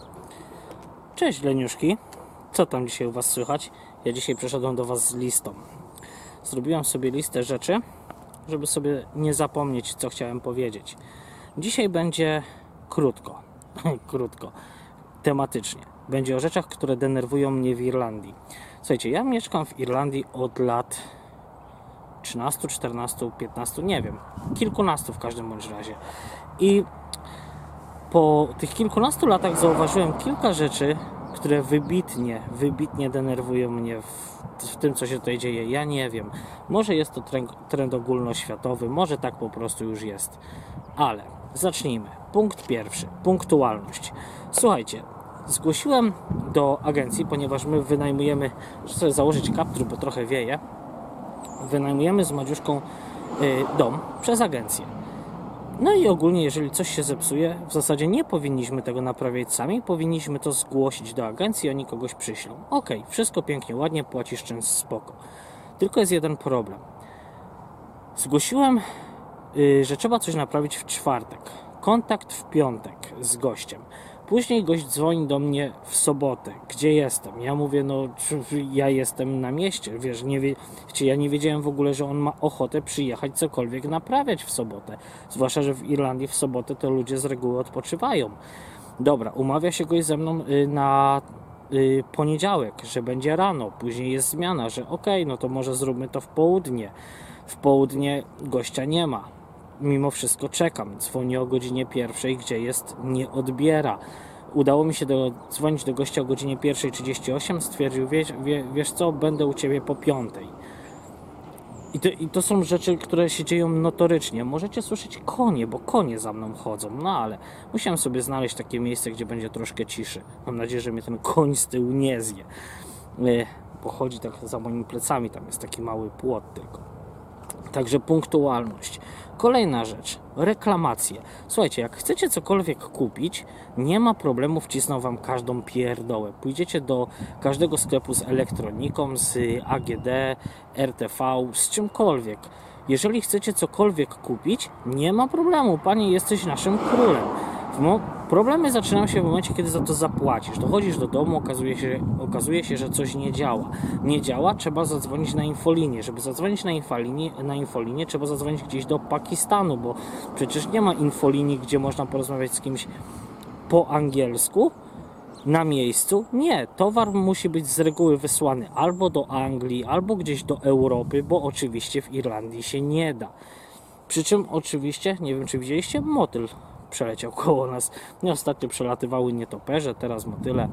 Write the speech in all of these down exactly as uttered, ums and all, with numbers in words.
Cześć leniuszki, co tam dzisiaj u Was słychać? Ja dzisiaj przyszedłem do Was z listą. Zrobiłem sobie listę rzeczy, żeby sobie nie zapomnieć, co chciałem powiedzieć. Dzisiaj będzie krótko, krótko, tematycznie. Będzie o rzeczach, które denerwują mnie w Irlandii. Słuchajcie, ja mieszkam w Irlandii od lat trzynastu, czternastu, piętnastu, nie wiem, kilkunastu w każdym bądź razie. I po tych kilkunastu latach zauważyłem kilka rzeczy, które wybitnie, wybitnie denerwują mnie w, w tym, co się tutaj dzieje. Ja nie wiem. Może jest to trend, trend ogólnoświatowy, może tak po prostu już jest. Ale zacznijmy. Punkt pierwszy. Punktualność. Słuchajcie, zgłosiłem do agencji, ponieważ my wynajmujemy, muszę sobie założyć kaptur, bo trochę wieje, wynajmujemy z Madziuszką y, dom przez agencję. No i ogólnie, jeżeli coś się zepsuje, w zasadzie nie powinniśmy tego naprawiać sami, powinniśmy to zgłosić do agencji, oni kogoś przyślą. Ok, wszystko pięknie, ładnie, płacisz czynsz, spoko. Tylko jest jeden problem. Zgłosiłem, yy, że trzeba coś naprawić w czwartek. Kontakt w piątek z gościem. Później gość dzwoni do mnie w sobotę, gdzie jestem. Ja mówię, no ja jestem na mieście, wiesz, nie wie, ja nie wiedziałem w ogóle, że on ma ochotę przyjechać cokolwiek naprawiać w sobotę. Zwłaszcza, że w Irlandii w sobotę to ludzie z reguły odpoczywają. Dobra, umawia się gość ze mną na poniedziałek, że będzie rano, później jest zmiana, że okej, okay, no to może zróbmy to w południe. W południe gościa nie ma. Mimo wszystko czekam. Dzwonię o godzinie pierwszej, gdzie jest, nie odbiera. Udało mi się do, dzwonić do gościa o godzinie pierwszej trzydzieści osiem. Stwierdził, wiesz, wie, wiesz co, będę u Ciebie po piątej. I to, I to są rzeczy, które się dzieją notorycznie. Możecie słyszeć konie, bo konie za mną chodzą. No ale musiałem sobie znaleźć takie miejsce, gdzie będzie troszkę ciszy. Mam nadzieję, że mnie ten koń z tyłu nie zje. Bo chodzi tak za moimi plecami. Tam jest taki mały płot tylko. Także punktualność. Kolejna rzecz, reklamacje. Słuchajcie, jak chcecie cokolwiek kupić, nie ma problemu, wcisną Wam każdą pierdołę. Pójdziecie do każdego sklepu z elektroniką, z A G D, R T V, z czymkolwiek. Jeżeli chcecie cokolwiek kupić, nie ma problemu, Panie, jesteś naszym królem. Problemy zaczynają się w momencie, kiedy za to zapłacisz. Dochodzisz do domu, okazuje się, okazuje się, że coś nie działa. Nie działa, trzeba zadzwonić na infolinię. Żeby zadzwonić na infolinię, na infolinię, trzeba zadzwonić gdzieś do Pakistanu, bo przecież nie ma infolinii, gdzie można porozmawiać z kimś po angielsku na miejscu. Nie, towar musi być z reguły wysłany albo do Anglii, albo gdzieś do Europy, bo oczywiście w Irlandii się nie da. Przy czym oczywiście, nie wiem czy widzieliście, motyl przeleciał koło nas. Nie, ostatnio przelatywały nietoperze, teraz motyle.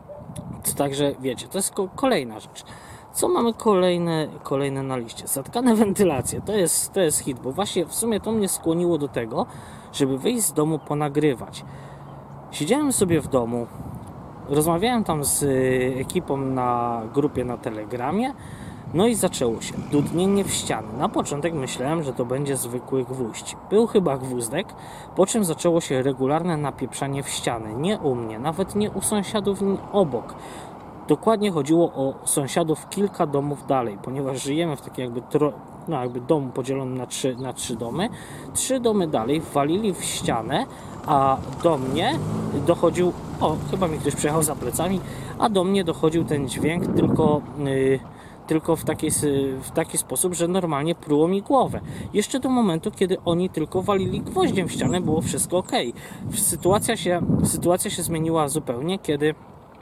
Także wiecie, to jest kolejna rzecz. Co mamy kolejne, kolejne na liście? Zatkane wentylacje. To jest, to jest hit, bo właśnie w sumie to mnie skłoniło do tego, żeby wyjść z domu ponagrywać. Siedziałem sobie w domu, rozmawiałem tam z ekipą na grupie na Telegramie, no i zaczęło się dudnienie w ściany. Na początek myślałem, że to będzie zwykły gwóźdź. Był chyba gwózdek, po czym zaczęło się regularne napieprzanie w ściany. Nie u mnie, nawet nie u sąsiadów obok. Dokładnie chodziło o sąsiadów kilka domów dalej, ponieważ żyjemy w takim jakby, tro, no jakby domu podzielonym na trzy, na trzy domy. Trzy domy dalej walili w ścianę, a do mnie dochodził, o chyba mi ktoś przejechał za plecami, a do mnie dochodził ten dźwięk tylko... Yy, tylko w taki, w taki sposób, że normalnie pruło mi głowę. Jeszcze do momentu, kiedy oni tylko walili gwoździem w ścianę, było wszystko ok. Sytuacja się, sytuacja się zmieniła zupełnie, kiedy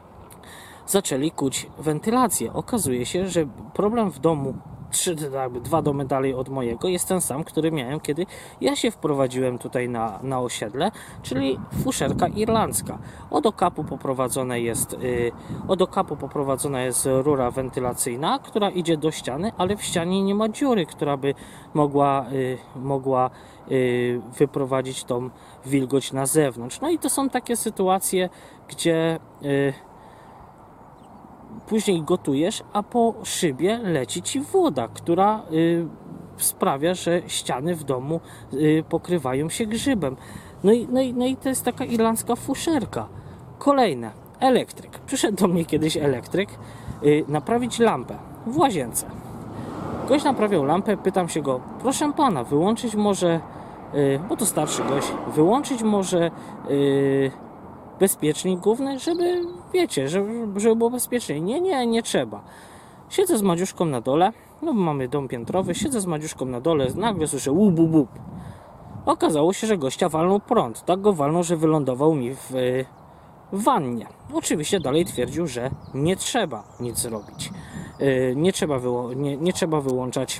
zaczęli kuć wentylację. Okazuje się, że problem w domu, trzy, jakby dwa domy dalej od mojego, jest ten sam, który miałem, kiedy ja się wprowadziłem tutaj na, na osiedle, czyli fuszerka irlandzka. Od okapu poprowadzone jest, yy, od okapu poprowadzona jest rura wentylacyjna, która idzie do ściany, ale w ścianie nie ma dziury, która by mogła, yy, mogła yy, wyprowadzić tą wilgoć na zewnątrz. No i to są takie sytuacje, gdzie yy, później gotujesz, a po szybie leci ci woda, która y, sprawia, że ściany w domu y, pokrywają się grzybem. No i, no, i, no i to jest taka irlandzka fuszerka. Kolejne. Elektryk. Przyszedł do mnie kiedyś elektryk y, naprawić lampę w łazience. Gość naprawiał lampę, pytam się go, proszę pana, wyłączyć może, y, bo to starszy gość, wyłączyć może y, bezpiecznik główny, żeby, wiecie, żeby, żeby było bezpiecznie. Nie, nie, nie trzeba. Siedzę z Madziuszką na dole, no bo mamy dom piętrowy, siedzę z Madziuszką na dole, nagle słyszę łup, łup, łup. Okazało się, że gościa walnął prąd. Tak go walnął, że wylądował mi w, w wannie. Oczywiście dalej twierdził, że nie trzeba nic zrobić. Nie trzeba, wyło- nie, nie trzeba wyłączać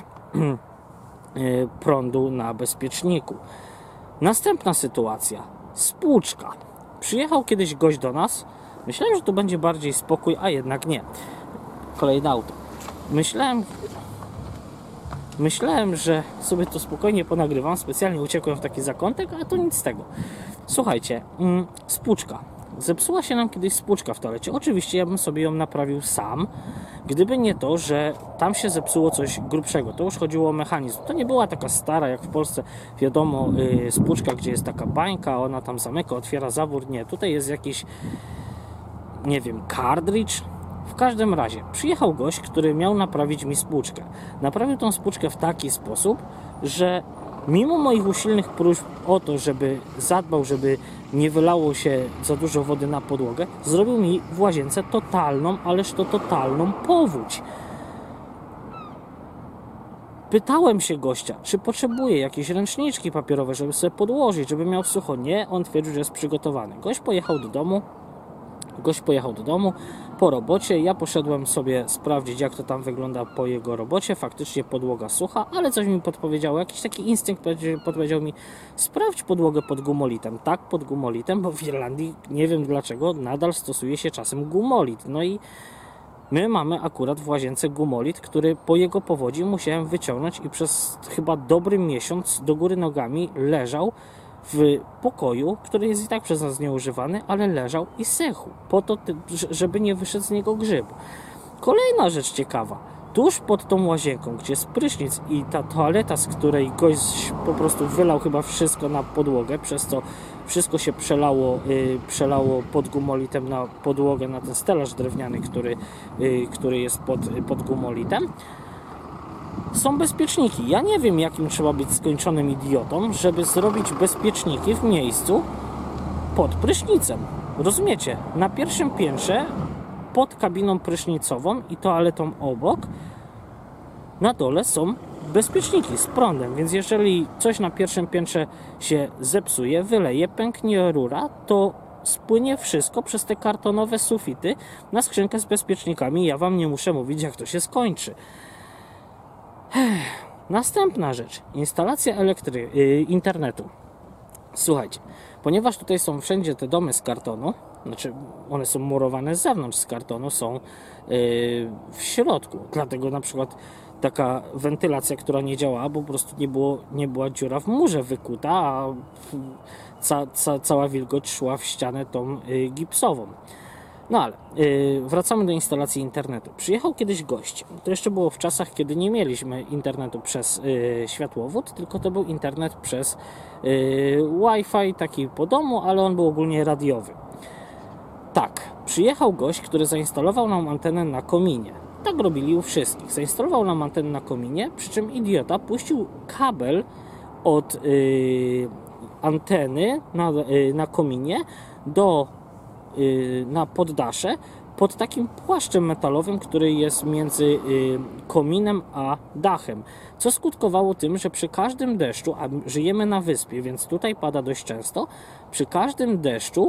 prądu na bezpieczniku. Następna sytuacja. Spłuczka. Przyjechał kiedyś gość do nas. Myślałem, że tu będzie bardziej spokój, a jednak nie. Kolejne auto. Myślałem, myślałem, że sobie to spokojnie ponagrywam. Specjalnie uciekłem w taki zakątek, a to nic z tego. Słuchajcie, mm, spłuczka. Zepsuła się nam kiedyś spłuczka w toalecie. Oczywiście ja bym sobie ją naprawił sam, gdyby nie to, że tam się zepsuło coś grubszego. To już chodziło o mechanizm. To nie była taka stara, jak w Polsce, wiadomo, yy, spłuczka, gdzie jest taka bańka, ona tam zamyka, otwiera zawór. Nie, tutaj jest jakiś, nie wiem, cartridge. W każdym razie przyjechał gość, który miał naprawić mi spłuczkę. Naprawił tą spłuczkę w taki sposób, że mimo moich usilnych próśb o to, żeby zadbał, żeby nie wylało się za dużo wody na podłogę, zrobił mi w łazience totalną, ależ to totalną powódź. Pytałem się gościa, czy potrzebuje jakieś ręczniczki papierowe, żeby sobie podłożyć, żeby miał sucho. Nie, on twierdził, że jest przygotowany. Gość pojechał do domu, gość pojechał do domu po robocie. Ja poszedłem sobie sprawdzić, jak to tam wygląda po jego robocie. Faktycznie podłoga sucha, ale coś mi podpowiedziało, jakiś taki instynkt podpowiedział mi: sprawdź podłogę pod gumolitem. Tak, pod gumolitem, bo w Irlandii, nie wiem dlaczego, nadal stosuje się czasem gumolit. No i my mamy akurat w łazience gumolit, który po jego powodzi musiałem wyciągnąć i przez chyba dobry miesiąc do góry nogami leżał w pokoju, który jest i tak przez nas nieużywany, ale leżał i sechł, po to, żeby nie wyszedł z niego grzyb. Kolejna rzecz ciekawa. Tuż pod tą łazienką, gdzie jest prysznic i ta toaleta, z której gość po prostu wylał chyba wszystko na podłogę, przez co wszystko się przelało, yy, przelało pod gumolitem na podłogę, na ten stelaż drewniany, który, yy, który jest pod, pod gumolitem, są bezpieczniki. Ja nie wiem, jakim trzeba być skończonym idiotą, żeby zrobić bezpieczniki w miejscu pod prysznicem. Rozumiecie? Na pierwszym piętrze, pod kabiną prysznicową i toaletą obok, na dole są bezpieczniki z prądem, więc jeżeli coś na pierwszym piętrze się zepsuje, wyleje, pęknie rura, to spłynie wszystko przez te kartonowe sufity na skrzynkę z bezpiecznikami. Ja wam nie muszę mówić, jak to się skończy. Następna rzecz. Instalacja elektry- yy, internetu. Słuchajcie, ponieważ tutaj są wszędzie te domy z kartonu, znaczy one są murowane z zewnątrz z kartonu, są yy, w środku. Dlatego na przykład taka wentylacja, która nie działała, bo po prostu nie, było, nie była dziura w murze wykuta, a ca, ca, cała wilgoć szła w ścianę tą yy, gipsową. No ale yy, wracamy do instalacji internetu. Przyjechał kiedyś gość. To jeszcze było w czasach, kiedy nie mieliśmy internetu przez yy, światłowód, tylko to był internet przez yy, Wi-Fi, taki po domu, ale on był ogólnie radiowy. Tak, przyjechał gość, który zainstalował nam antenę na kominie. Tak robili u wszystkich. Zainstalował nam antenę na kominie, przy czym idiota puścił kabel od yy, anteny na, yy, na kominie do na poddasze, pod takim płaszczem metalowym, który jest między kominem a dachem, co skutkowało tym, że przy każdym deszczu, a żyjemy na wyspie, więc tutaj pada dość często, przy każdym deszczu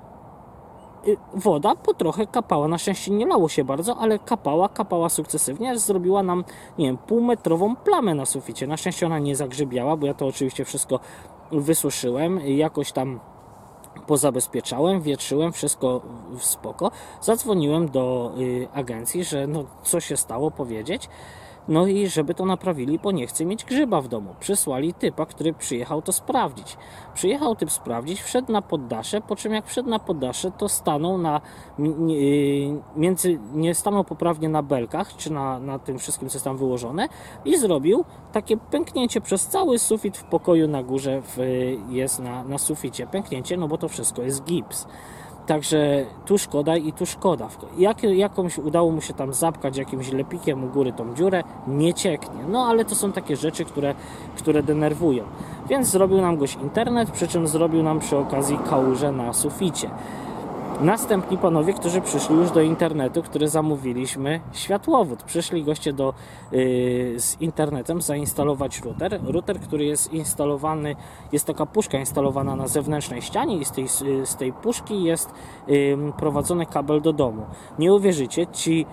woda po trochę kapała. Na szczęście nie lało się bardzo, ale kapała, kapała sukcesywnie, aż zrobiła nam, nie wiem, półmetrową plamę na suficie. Na szczęście ona nie zagrzybiała, bo ja to oczywiście wszystko wysuszyłem, jakoś tam pozabezpieczałem, wietrzyłem, wszystko w spoko. Zadzwoniłem do y, agencji, że no co się stało, powiedzieć. No i żeby to naprawili, bo nie chcę mieć grzyba w domu. Przysłali typa, który przyjechał to sprawdzić. Przyjechał typ sprawdzić, wszedł na poddasze, po czym jak wszedł na poddasze, to stanął na między, nie stanął poprawnie na belkach, czy na, na tym wszystkim, co jest tam wyłożone, i zrobił takie pęknięcie przez cały sufit w pokoju na górze, w, jest na, na suficie pęknięcie, no bo to wszystko jest gips. Także tu szkoda i tu szkoda. Jak, jakąś udało mu się tam zapkać jakimś lepikiem u góry tą dziurę, nie cieknie. No ale to są takie rzeczy, które, które denerwują. Więc zrobił nam goś internet, przy czym zrobił nam przy okazji kałużę na suficie. Następni panowie, którzy przyszli już do internetu, który zamówiliśmy światłowód. Przyszli goście do, yy, z internetem zainstalować router. Router, który jest instalowany, jest taka puszka instalowana na zewnętrznej ścianie i z tej, z tej puszki jest yy, prowadzony kabel do domu. Nie uwierzycie, ci,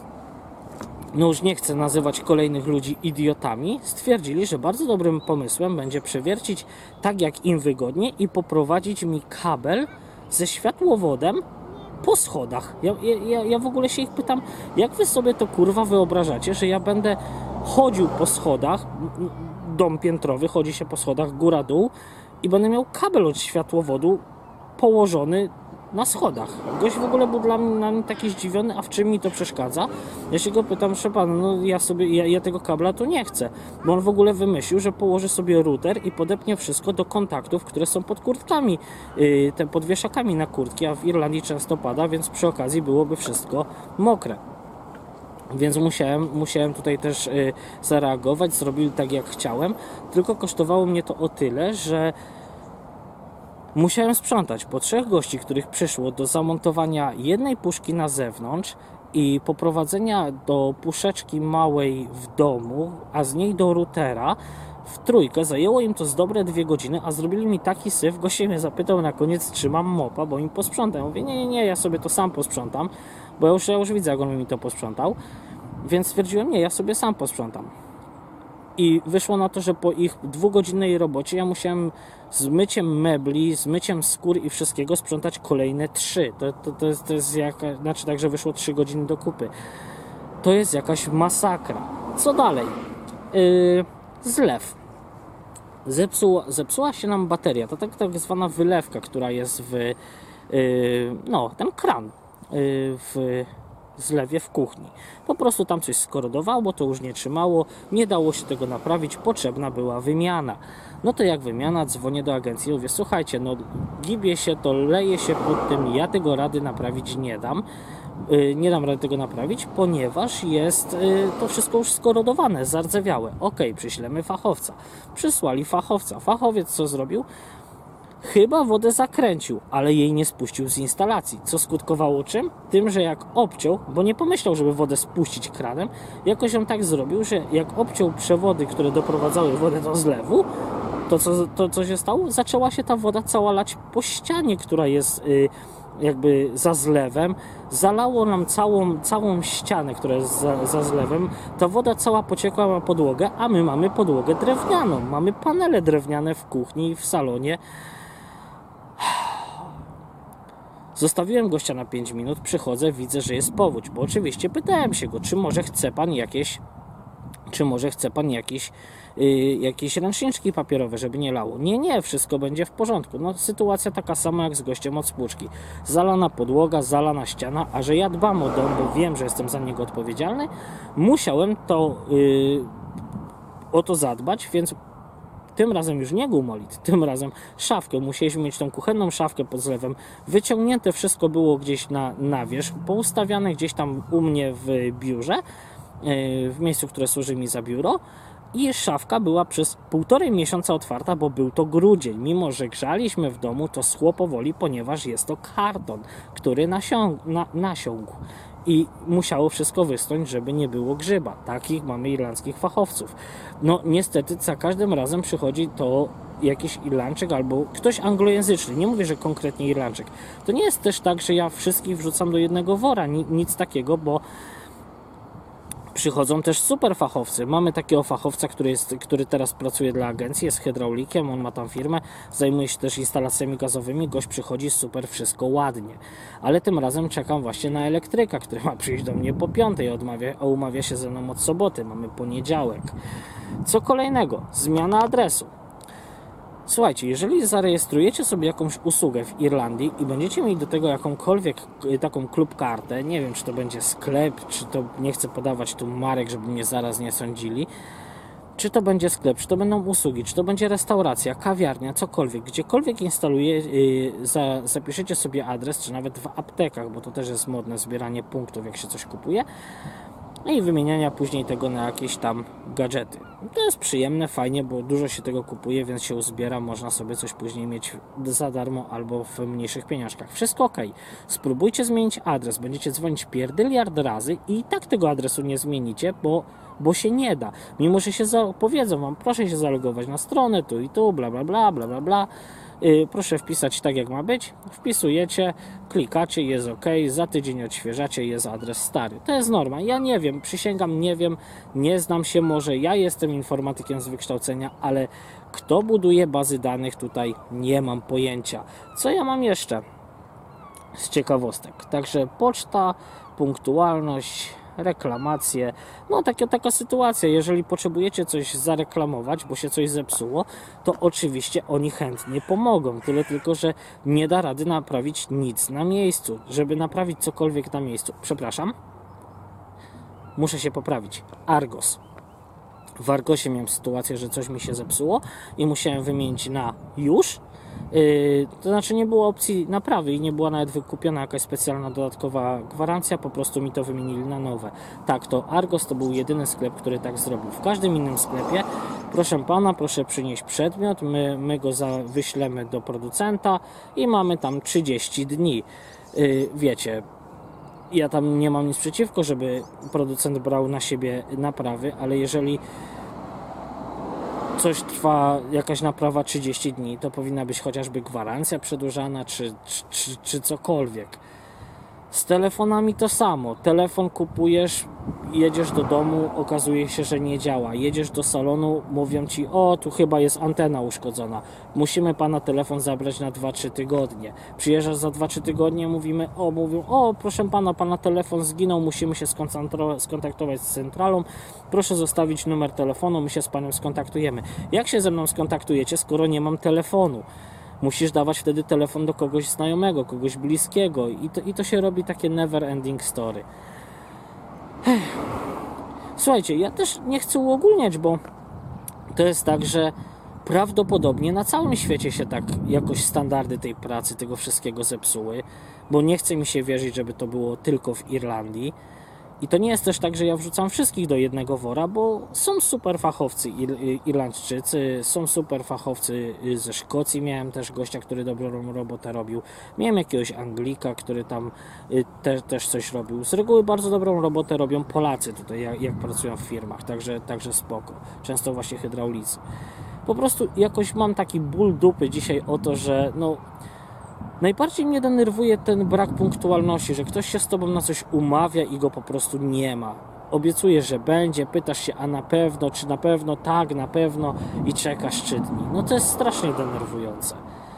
no już nie chcę nazywać kolejnych ludzi idiotami, stwierdzili, że bardzo dobrym pomysłem będzie przewiercić tak jak im wygodnie i poprowadzić mi kabel ze światłowodem po schodach. Ja, ja, ja w ogóle się ich pytam, jak wy sobie to kurwa wyobrażacie, że ja będę chodził po schodach, dom piętrowy, chodzi się po schodach góra-dół i będę miał kabel od światłowodu położony na schodach. Gość w ogóle był dla mnie, dla mnie taki zdziwiony, a w czym mi to przeszkadza? Ja się go pytam, proszę pana, no ja sobie, ja, ja tego kabla tu nie chcę, bo on w ogóle wymyślił, że położy sobie router i podepnie wszystko do kontaktów, które są pod kurtkami, yy, te podwieszakami na kurtki, a w Irlandii często pada, więc przy okazji byłoby wszystko mokre. Więc musiałem, musiałem tutaj też yy, zareagować, zrobili tak jak chciałem, tylko kosztowało mnie to o tyle, że musiałem sprzątać po trzech gości, których przyszło do zamontowania jednej puszki na zewnątrz i poprowadzenia do puszeczki małej w domu, a z niej do routera w trójkę. Zajęło im to z dobre dwie godziny, a zrobili mi taki syf. Gościu mnie zapytał na koniec, czy mam mopa, bo im posprzątam. Mówię, nie, nie, nie, ja sobie to sam posprzątam, bo ja już, ja już widzę, jak on mi to posprzątał. Więc stwierdziłem, nie, ja sobie sam posprzątam. I wyszło na to, że po ich dwugodzinnej robocie ja musiałem z myciem mebli, z myciem skór i wszystkiego sprzątać kolejne trzy. To, to, to, jest, to jest jaka, znaczy tak, że wyszło trzy godziny do kupy. To jest jakaś masakra. Co dalej? Yy, zlew. Zepsuła, zepsuła się nam bateria. To tak, tak zwana wylewka, która jest w... Yy, no, ten kran yy, w... zlewie w kuchni. Po prostu tam coś skorodowało, to już nie trzymało, nie dało się tego naprawić, potrzebna była wymiana. No to jak wymiana, dzwonię do agencji, mówię, słuchajcie, no gibie się to, leje się pod tym, ja tego rady naprawić nie dam, yy, nie dam rady tego naprawić, ponieważ jest yy, to wszystko już skorodowane, zardzewiałe. Ok, przyślemy fachowca. Przysłali fachowca. Fachowiec co zrobił? Chyba wodę zakręcił, ale jej nie spuścił z instalacji. Co skutkowało czym? Tym, że jak obciął, bo nie pomyślał, żeby wodę spuścić kranem, jakoś on tak zrobił, że jak obciął przewody, które doprowadzały wodę do zlewu, to co, to, co się stało? Zaczęła się ta woda cała lać po ścianie, która jest yy, jakby za zlewem. Zalało nam całą, całą ścianę, która jest za, za zlewem. Ta woda cała pociekła na podłogę, a my mamy podłogę drewnianą. Mamy panele drewniane w kuchni i w salonie. Zostawiłem gościa na pięć minut, przychodzę, widzę, że jest powódź, bo oczywiście pytałem się go, czy może chce pan jakieś, czy może chce pan jakieś, yy, jakieś ręczniczki papierowe, żeby nie lało. Nie, nie, wszystko będzie w porządku. No sytuacja taka sama jak z gościem od spłuczki. Zalana podłoga, zalana ściana, a że ja dbam o dom, bo wiem, że jestem za niego odpowiedzialny, musiałem to yy, o to zadbać, więc tym razem już nie gumolit, tym razem szafkę. Musieliśmy mieć tą kuchenną szafkę pod zlewem. Wyciągnięte wszystko było gdzieś na, na wierzch, poustawiane gdzieś tam u mnie w biurze, w miejscu, które służy mi za biuro. I szafka była przez półtorej miesiąca otwarta, bo był to grudzień. Mimo że grzaliśmy w domu, to schło powoli, ponieważ jest to karton, który nasiąg, na, nasiągł. I musiało wszystko wysnąć, żeby nie było grzyba. Takich mamy irlandzkich fachowców. No niestety za każdym razem przychodzi to jakiś Irlandczyk albo ktoś anglojęzyczny. Nie mówię, że konkretnie Irlandczyk. To nie jest też tak, że ja wszystkich wrzucam do jednego wora. Nic takiego, bo przychodzą też super fachowcy. Mamy takiego fachowca, który, jest, który teraz pracuje dla agencji, jest hydraulikiem, on ma tam firmę, zajmuje się też instalacjami gazowymi, gość przychodzi, super, wszystko ładnie. Ale tym razem czekam właśnie na elektryka, który ma przyjść do mnie po piątej, odmawia, a umawia się ze mną od soboty, mamy poniedziałek. Co kolejnego? Zmiana adresu. Słuchajcie, jeżeli zarejestrujecie sobie jakąś usługę w Irlandii i będziecie mieli do tego jakąkolwiek taką klub kartę, nie wiem, czy to będzie sklep, czy to, nie chcę podawać tu marek, żeby mnie zaraz nie sądzili, czy to będzie sklep, czy to będą usługi, czy to będzie restauracja, kawiarnia, cokolwiek, gdziekolwiek instaluje, yy, za, zapiszecie sobie adres, czy nawet w aptekach, bo to też jest modne zbieranie punktów, jak się coś kupuje. i wymieniania później tego na jakieś tam gadżety. To jest przyjemne, fajnie, bo dużo się tego kupuje, więc się uzbiera, można sobie coś później mieć za darmo albo w mniejszych pieniążkach. Wszystko ok. Spróbujcie zmienić adres, będziecie dzwonić pierdyliard razy i tak tego adresu nie zmienicie, bo, bo się nie da. Mimo, że się za, powiedzą wam, proszę się zalogować na stronę, tu i tu, bla bla bla, bla bla bla. Yy, proszę wpisać tak jak ma być, wpisujecie, klikacie, jest ok, za tydzień odświeżacie, jest adres stary. To jest norma, ja nie wiem, przysięgam, nie wiem, nie znam się może, ja jestem informatykiem z wykształcenia, ale kto buduje bazy danych tutaj, nie mam pojęcia. Co ja mam jeszcze z ciekawostek? Także poczta, punktualność, reklamacje, no taka, taka sytuacja, jeżeli potrzebujecie coś zareklamować, bo się coś zepsuło, to oczywiście oni chętnie pomogą, tyle tylko, że nie da rady naprawić nic na miejscu, żeby naprawić cokolwiek na miejscu, przepraszam, muszę się poprawić, Argos. W Argosie miałem sytuację, że coś mi się zepsuło i musiałem wymienić na już. Yy, to znaczy nie było opcji naprawy i nie była nawet wykupiona jakaś specjalna dodatkowa gwarancja, po prostu mi to wymienili na nowe. Tak, to Argos to był jedyny sklep, który tak zrobił. W każdym innym sklepie, proszę pana, proszę przynieść przedmiot, my, my go za, wyślemy do producenta i mamy tam trzydzieści dni. Yy, wiecie, ja tam nie mam nic przeciwko, żeby producent brał na siebie naprawy, ale jeżeli coś trwa, jakaś naprawa trzydzieści dni, to powinna być chociażby gwarancja przedłużana, czy, czy, czy, czy cokolwiek. Z telefonami to samo. Telefon kupujesz, jedziesz do domu, okazuje się, że nie działa. Jedziesz do salonu, mówią ci, o, tu chyba jest antena uszkodzona. Musimy pana telefon zabrać na dwa trzy tygodnie. Przyjeżdżasz za dwa trzy tygodnie, mówimy, o, mówią, o, proszę pana, pana telefon zginął, musimy się skontaktować z centralą. Proszę zostawić numer telefonu, my się z panem skontaktujemy. Jak się ze mną skontaktujecie, skoro nie mam telefonu? Musisz dawać wtedy telefon do kogoś znajomego, kogoś bliskiego i to, i to się robi takie never ending story. Ech. Słuchajcie, ja też nie chcę uogólniać, bo to jest tak, że prawdopodobnie na całym świecie się tak jakoś standardy tej pracy, tego wszystkiego zepsuły, bo nie chce mi się wierzyć, żeby to było tylko w Irlandii. I to nie jest też tak, że ja wrzucam wszystkich do jednego wora, bo są super fachowcy Ir- Irlandczycy, są super fachowcy ze Szkocji, miałem też gościa, który dobrą robotę robił, miałem jakiegoś Anglika, który tam te, też coś robił. Z reguły bardzo dobrą robotę robią Polacy tutaj, jak, jak pracują w firmach, także, także spoko. Często właśnie hydraulicy. Po prostu jakoś mam taki ból dupy dzisiaj o to, że no... Najbardziej mnie denerwuje ten brak punktualności, że ktoś się z tobą na coś umawia i go po prostu nie ma. Obiecujesz, że będzie, pytasz się, a na pewno, czy na pewno, tak, na pewno i czekasz trzy dni. No to jest strasznie denerwujące.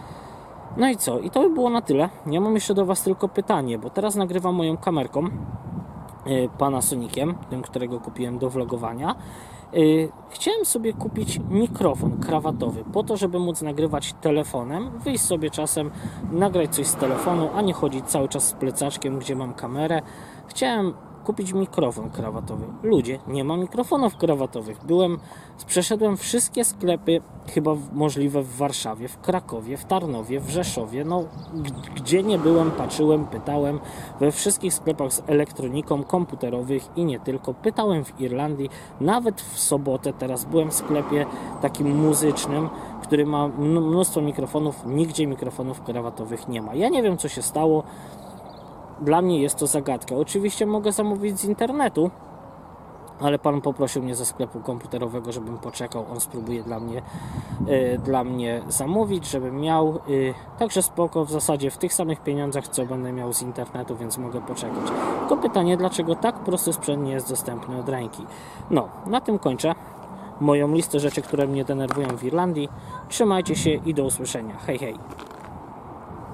No i co? I to by było na tyle. Ja mam jeszcze do was tylko pytanie, bo teraz nagrywam moją kamerką, yy, Panasoniciem, tym, którego kupiłem do vlogowania. Yy, chciałem sobie kupić mikrofon krawatowy po to, żeby móc nagrywać telefonem, wyjść sobie czasem, nagrać coś z telefonu, a nie chodzić cały czas z plecaczkiem, gdzie mam kamerę. Chciałem kupić mikrofon krawatowy. Ludzie, nie ma mikrofonów krawatowych. Byłem, przeszedłem wszystkie sklepy chyba możliwe w Warszawie, w Krakowie, w Tarnowie, w Rzeszowie, no gdzie nie byłem, patrzyłem, pytałem, we wszystkich sklepach z elektroniką, komputerowych i nie tylko. Pytałem w Irlandii, nawet w sobotę teraz byłem w sklepie takim muzycznym, który ma mnóstwo mikrofonów, nigdzie mikrofonów krawatowych nie ma. Ja nie wiem, co się stało. Dla mnie jest to zagadka. Oczywiście mogę zamówić z internetu, ale pan poprosił mnie ze sklepu komputerowego, żebym poczekał. On spróbuje dla mnie, yy, dla mnie zamówić, żebym miał. Yy, także spoko, w zasadzie w tych samych pieniądzach, co będę miał z internetu, więc mogę poczekać. Tylko pytanie, dlaczego tak prosty sprzęt nie jest dostępny od ręki? No, na tym kończę moją listę rzeczy, które mnie denerwują w Irlandii. Trzymajcie się i do usłyszenia. Hej, hej!